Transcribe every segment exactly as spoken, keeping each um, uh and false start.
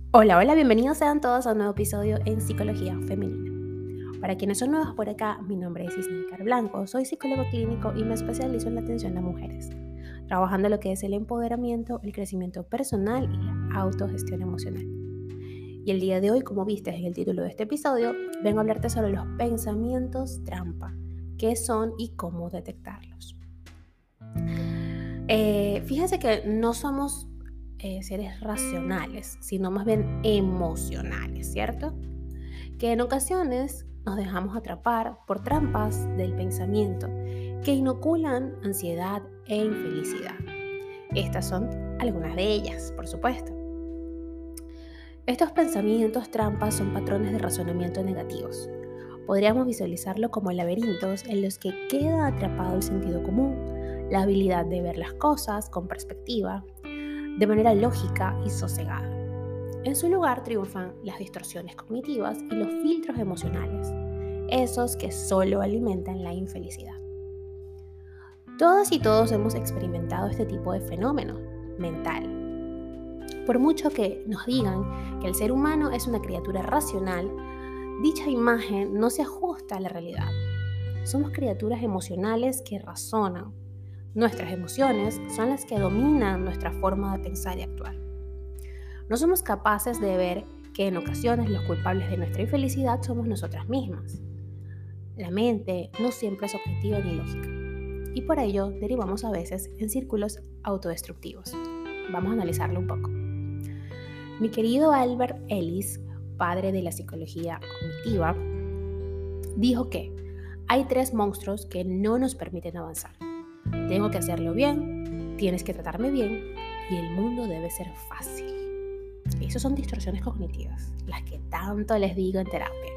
Hola, hola, bienvenidos sean todos a un nuevo episodio en Psicología Femenina. Para quienes son nuevos por acá, mi nombre es Isneikar Blanco, soy psicólogo clínico y me especializo en la atención a mujeres, trabajando lo que es el empoderamiento, el crecimiento personal y la autogestión emocional. Y el día de hoy, como viste en el título de este episodio, vengo a hablarte sobre los pensamientos trampa, qué son y cómo detectarlos. Eh, fíjense que no somos eh, seres racionales, sino más bien emocionales, ¿cierto? Que en ocasiones nos dejamos atrapar por trampas del pensamiento que inoculan ansiedad e infelicidad. Estas son algunas de ellas, por supuesto. Estos pensamientos trampas son patrones de razonamiento negativos. Podríamos visualizarlo como laberintos en los que queda atrapado el sentido común, la habilidad de ver las cosas con perspectiva, de manera lógica y sosegada. En su lugar triunfan las distorsiones cognitivas y los filtros emocionales, esos que solo alimentan la infelicidad. Todas y todos hemos experimentado este tipo de fenómeno mental. Por mucho que nos digan que el ser humano es una criatura racional, dicha imagen no se ajusta a la realidad. Somos criaturas emocionales que razonan. Nuestras emociones son las que dominan nuestra forma de pensar y actuar. No somos capaces de ver que en ocasiones los culpables de nuestra infelicidad somos nosotras mismas. La mente no siempre es objetiva ni lógica, y por ello derivamos a veces en círculos autodestructivos. Vamos a analizarlo un poco. Mi querido Albert Ellis, padre de la psicología cognitiva, dijo que hay tres monstruos que no nos permiten avanzar. Tengo que hacerlo bien, tienes que tratarme bien y el mundo debe ser fácil. Esas son distorsiones cognitivas, las que tanto les digo en terapia.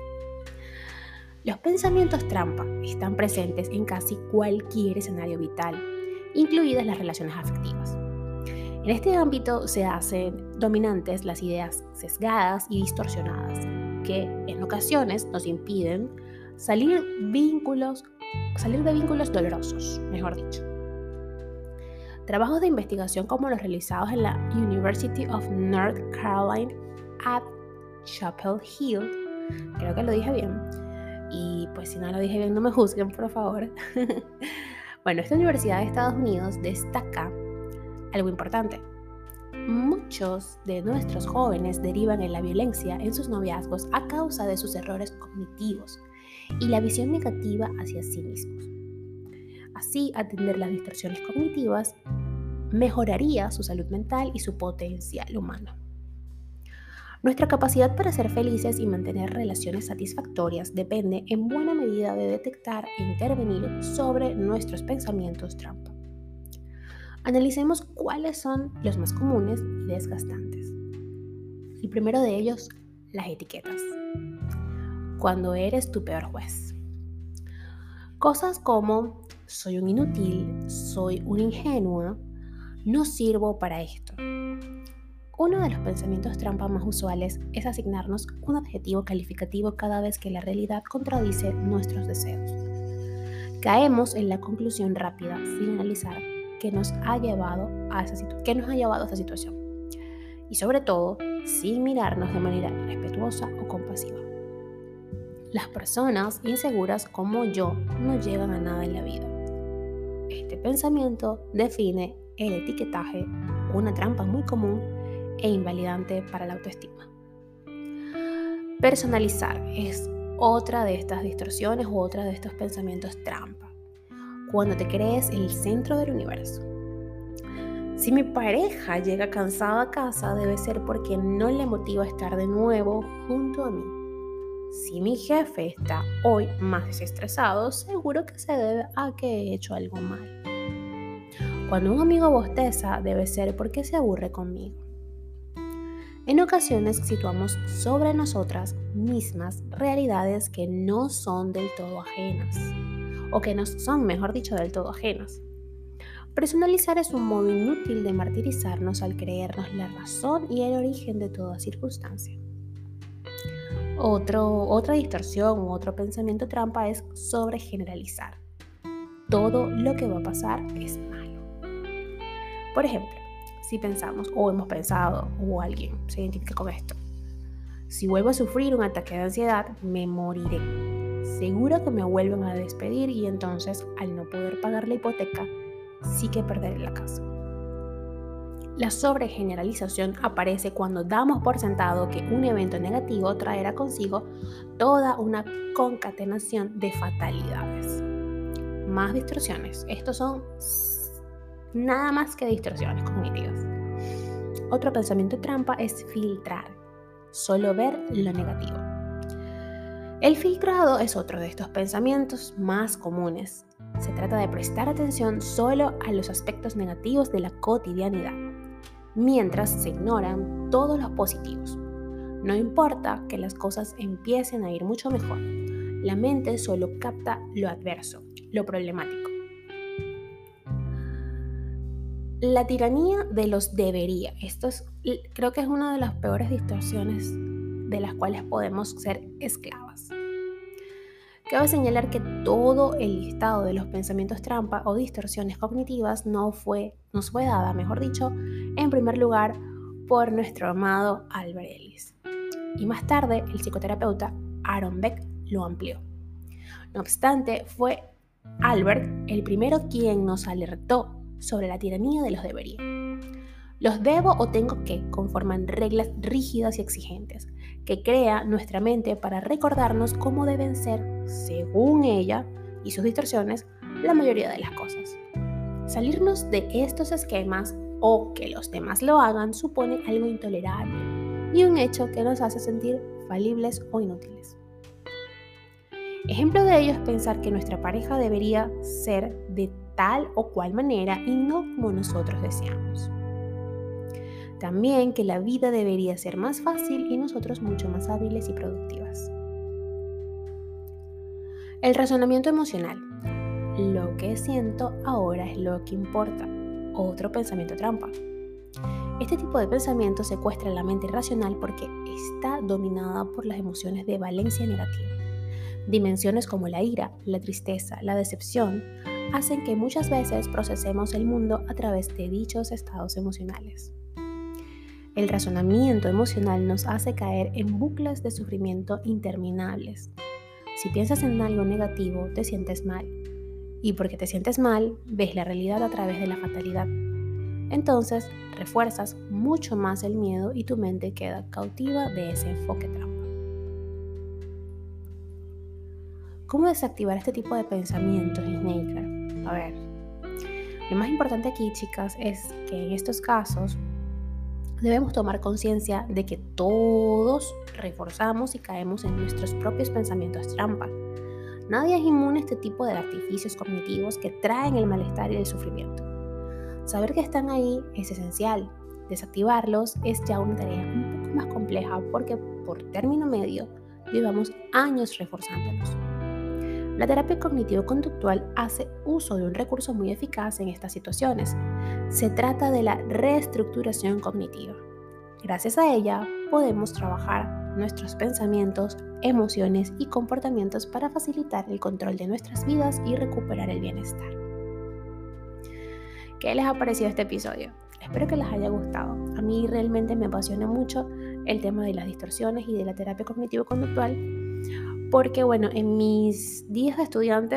Los pensamientos trampa están presentes en casi cualquier escenario vital, incluidas las relaciones afectivas. En este ámbito se hacen dominantes las ideas sesgadas y distorsionadas, que en ocasiones nos impiden salir, vínculos, salir de vínculos dolorosos, mejor dicho. Trabajos de investigación como los realizados en la University of North Carolina at Chapel Hill, creo que lo dije bien, y pues si no lo dije bien no me juzguen por favor. Bueno, esta universidad de Estados Unidos destaca algo importante. Muchos de nuestros jóvenes derivan en la violencia en sus noviazgos a causa de sus errores cognitivos y la visión negativa hacia sí mismos. Así, atender las distorsiones cognitivas mejoraría su salud mental y su potencial humano. Nuestra capacidad para ser felices y mantener relaciones satisfactorias depende en buena medida de detectar e intervenir sobre nuestros pensamientos trampa. Analicemos cuáles son los más comunes y desgastantes. El primero de ellos, las etiquetas. Cuando eres tu peor juez. Cosas como soy un inútil, soy una ingenua, no sirvo para esto. Uno de los pensamientos trampa más usuales es asignarnos un adjetivo calificativo cada vez que la realidad contradice nuestros deseos. Caemos en la conclusión rápida sin analizar qué nos ha llevado a esa situ- qué nos ha llevado a esta situación y sobre todo sin mirarnos de manera respetuosa o compasiva. Las personas inseguras como yo no llegan a nada en la vida. Este pensamiento define el etiquetaje, una trampa muy común e invalidante para la autoestima. Personalizar es otra de estas distorsiones u otra de estos pensamientos trampa. Cuando te crees el centro del universo. Si mi pareja llega cansada a casa, debe ser porque no le motiva estar de nuevo junto a mí. Si mi jefe está hoy más desestresado, seguro que se debe a que he hecho algo mal. Cuando un amigo bosteza, debe ser porque se aburre conmigo. En ocasiones situamos sobre nosotras mismas realidades que no son del todo ajenas, o que no son, mejor dicho, del todo ajenas. Personalizar es un modo inútil de martirizarnos al creernos la razón y el origen de toda circunstancia. Otro, otra distorsión u otro pensamiento trampa es sobregeneralizar. Todo lo que va a pasar es malo. Por ejemplo, si pensamos o hemos pensado o alguien se identifica con esto, Si vuelvo a sufrir un ataque de ansiedad, me moriré. Seguro que me vuelven a despedir y entonces, al no poder pagar la hipoteca, sí que perderé la casa. La sobregeneralización aparece cuando damos por sentado que un evento negativo traerá consigo toda una concatenación de fatalidades. Más distorsiones. Estos son nada más que distorsiones cognitivas. Otro pensamiento trampa es filtrar, solo ver lo negativo. El filtrado es otro de estos pensamientos más comunes. Se trata de prestar atención solo a los aspectos negativos de la cotidianidad, mientras se ignoran todos los positivos. No importa que las cosas empiecen a ir mucho mejor, la mente solo capta lo adverso, lo problemático. La tiranía de los debería. Esto es, creo que es una de las peores distorsiones de las cuales podemos ser esclavas. Cabe señalar que todo el listado de los pensamientos trampa o distorsiones cognitivas no fue, nos fue dada, mejor dicho, en primer lugar por nuestro amado Albert Ellis. Y más tarde el psicoterapeuta Aaron Beck lo amplió. No obstante, fue Albert el primero quien nos alertó sobre la tiranía de los debería. Los debo o tengo que conforman reglas rígidas y exigentes que crea nuestra mente para recordarnos cómo deben ser, según ella y sus distorsiones, la mayoría de las cosas. Salirnos de estos esquemas o que los demás lo hagan supone algo intolerable y un hecho que nos hace sentir falibles o inútiles. Ejemplo de ello es pensar que nuestra pareja debería ser de tal o cual manera y no como nosotros deseamos. También que la vida debería ser más fácil y nosotros mucho más hábiles y productivas. El razonamiento emocional. Lo que siento ahora es lo que importa. Otro pensamiento trampa. Este tipo de pensamiento secuestra la mente irracional porque está dominada por las emociones de valencia negativa. Dimensiones como la ira, la tristeza, la decepción hacen que muchas veces procesemos el mundo a través de dichos estados emocionales. El razonamiento emocional nos hace caer en bucles de sufrimiento interminables. Si piensas en algo negativo, te sientes mal. Y porque te sientes mal, ves la realidad a través de la fatalidad. Entonces, refuerzas mucho más el miedo y tu mente queda cautiva de ese enfoque trampa. ¿Cómo desactivar este tipo de pensamientos, Snaker? A ver, lo más importante aquí, chicas, es que en estos casos debemos tomar conciencia de que todos reforzamos y caemos en nuestros propios pensamientos trampa. Nadie es inmune a este tipo de artificios cognitivos que traen el malestar y el sufrimiento. Saber que están ahí es esencial. Desactivarlos es ya una tarea un poco más compleja porque por término medio llevamos años reforzándolos. La terapia cognitivo-conductual hace uso de un recurso muy eficaz en estas situaciones. Se trata de la reestructuración cognitiva. Gracias a ella podemos trabajar nuestros pensamientos, emociones y comportamientos para facilitar el control de nuestras vidas y recuperar el bienestar. ¿Qué les ha parecido este episodio? Espero que les haya gustado. A mí realmente me apasiona mucho el tema de las distorsiones y de la terapia cognitivo-conductual. Porque bueno, en mis días de estudiante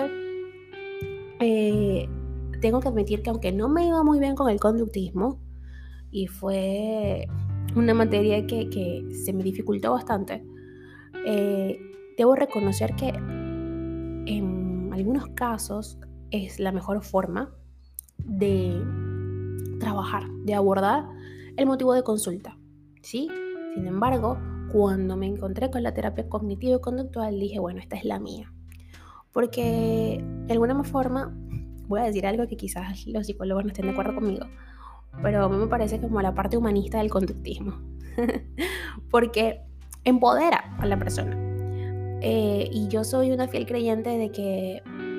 eh, tengo que admitir que aunque no me iba muy bien con el conductismo y fue una materia que, que se me dificultó bastante, eh, debo reconocer que en algunos casos es la mejor forma de trabajar, de abordar el motivo de consulta, ¿sí? Sin embargo, cuando me encontré con la terapia cognitivo-conductual, dije, bueno, esta es la mía. Porque de alguna forma, voy a decir algo que quizás los psicólogos no estén de acuerdo conmigo, pero a mí me parece como la parte humanista del conductismo. Porque empodera a la persona. Eh, y yo soy una fiel creyente de que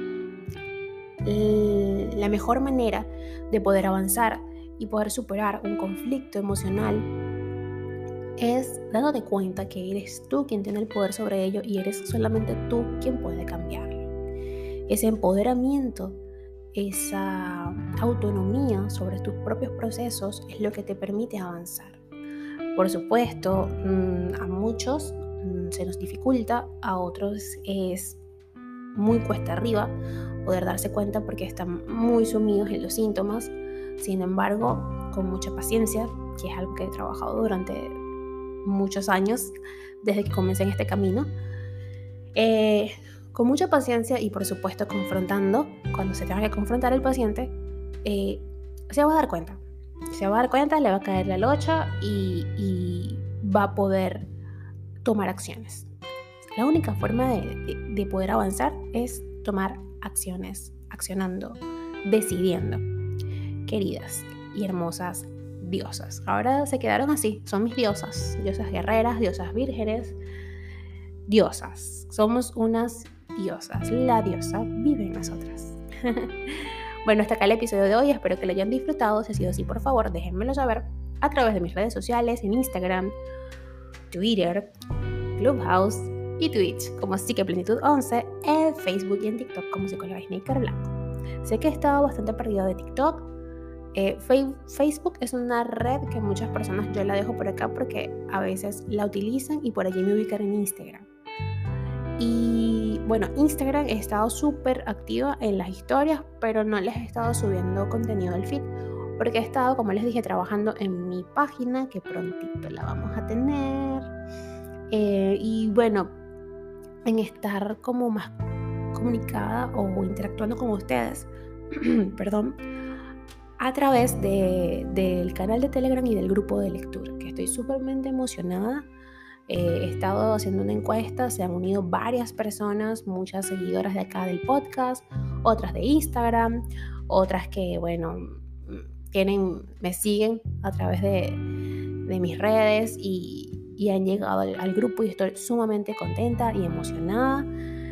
la mejor manera de poder avanzar y poder superar un conflicto emocional es dándote cuenta que eres tú quien tiene el poder sobre ello y eres solamente tú quien puede cambiarlo. Ese empoderamiento, esa autonomía sobre tus propios procesos es lo que te permite avanzar. Por supuesto, mm, a muchos mm, se nos dificulta, a otros es muy cuesta arriba poder darse cuenta porque están muy sumidos en los síntomas. Sin embargo, con mucha paciencia, que es algo que he trabajado durante muchos años desde que comencé en este camino, eh, con mucha paciencia y por supuesto confrontando, cuando se tenga que confrontar el paciente, eh, se va a dar cuenta. Se va a dar cuenta, le va a caer la locha y, y va a poder tomar acciones. La única forma de, de, de poder avanzar es tomar acciones, accionando, decidiendo. Queridas y hermosas diosas, ahora se quedaron así, son mis diosas, diosas guerreras, diosas vírgenes, diosas, somos unas diosas, la diosa vive en nosotras. Bueno, hasta acá el episodio de hoy, espero que lo hayan disfrutado. Si ha sido así, por favor, déjenmelo saber a través de mis redes sociales, en Instagram, Twitter, Clubhouse y Twitch como Psiqueplenitud once, en Facebook y en TikTok como Psicóloga Snaker Blanco. Sé que he estado bastante perdida de TikTok. Eh, Facebook es una red que muchas personas yo la dejo por acá porque a veces la utilizan y por allí me ubican en Instagram. Y bueno, Instagram he estado súper activa en las historias, pero no les he estado subiendo contenido del feed porque he estado, como les dije, trabajando en mi página, que prontito la vamos a tener. Eh, y bueno, en estar como más comunicada o interactuando con ustedes, perdón, a través de, del canal de Telegram y del grupo de lectura, que estoy súpermente emocionada. Eh, he estado haciendo una encuesta, se han unido varias personas, muchas seguidoras de acá del podcast, otras de Instagram, otras que, bueno, tienen, me siguen a través de, de mis redes y, y han llegado al, al grupo y estoy sumamente contenta y emocionada.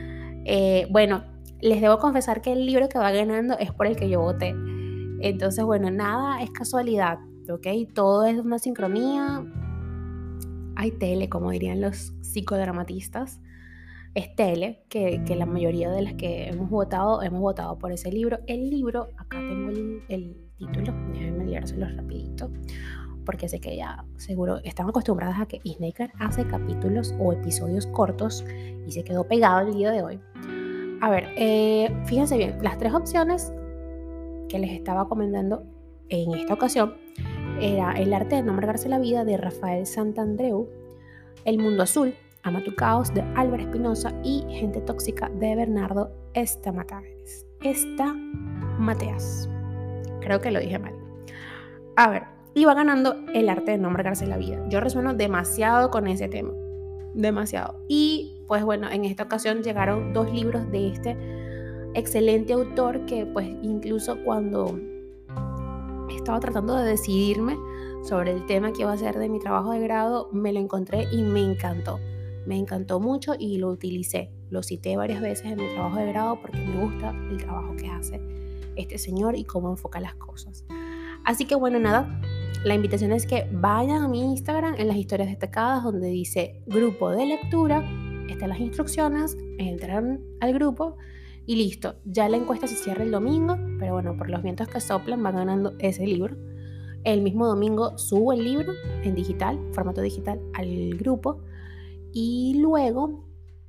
Eh, bueno, les debo confesar que el libro que va ganando es por el que yo voté. Entonces, bueno, nada es casualidad, ¿ok? Todo es una sincronía. Hay tele, como dirían los psicodramatistas. Es tele, que, que la mayoría de las que hemos votado, hemos votado por ese libro. El libro, acá tengo el, el título, déjenme leérselo rapidito, porque sé que ya seguro están acostumbradas a que Snaker hace capítulos o episodios cortos y se quedó pegado el día de hoy. A ver, eh, fíjense bien, las tres opciones que les estaba comentando en esta ocasión era El arte de no amargarse la vida, de Rafael Santandreu, El mundo azul, Ama tu caos, de Álvaro Espinosa, y Gente tóxica, de Bernardo Estamateas. Esta Mateas. Creo que lo dije mal. A ver, iba ganando El arte de no amargarse la vida. Yo resueno demasiado con ese tema. Demasiado. Y pues bueno, en esta ocasión llegaron dos libros de este excelente autor que pues incluso cuando estaba tratando de decidirme sobre el tema que iba a ser de mi trabajo de grado, me lo encontré y me encantó. Me encantó mucho y lo utilicé. Lo cité varias veces en mi trabajo de grado porque me gusta el trabajo que hace este señor y cómo enfoca las cosas. Así que bueno, nada, la invitación es que vayan a mi Instagram en las historias destacadas donde dice grupo de lectura, están las instrucciones, entran al grupo y listo. Ya la encuesta se cierra el domingo, pero bueno, por los vientos que soplan va ganando ese libro. El mismo domingo subo el libro en digital, formato digital, al grupo. Y luego,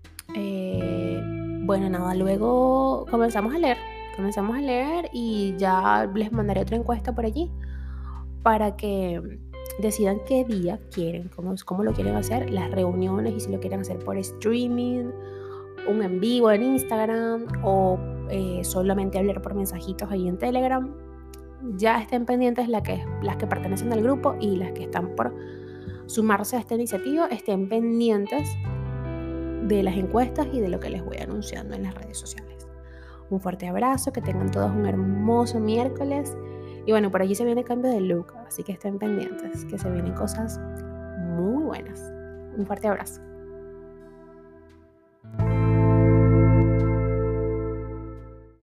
eh, bueno, nada, luego comenzamos a leer. Comenzamos a leer y ya les mandaré otra encuesta por allí para que decidan qué día quieren, cómo, cómo lo quieren hacer, las reuniones y si lo quieren hacer por streaming, un en vivo en Instagram o eh, solamente hablar por mensajitos ahí en Telegram. Ya estén pendientes las que, las que pertenecen al grupo y las que están por sumarse a esta iniciativa, estén pendientes de las encuestas y de lo que les voy anunciando en las redes sociales. Un fuerte abrazo, que tengan todos un hermoso miércoles y bueno, por allí se viene cambio de look, así que estén pendientes, que se vienen cosas muy buenas. Un fuerte abrazo.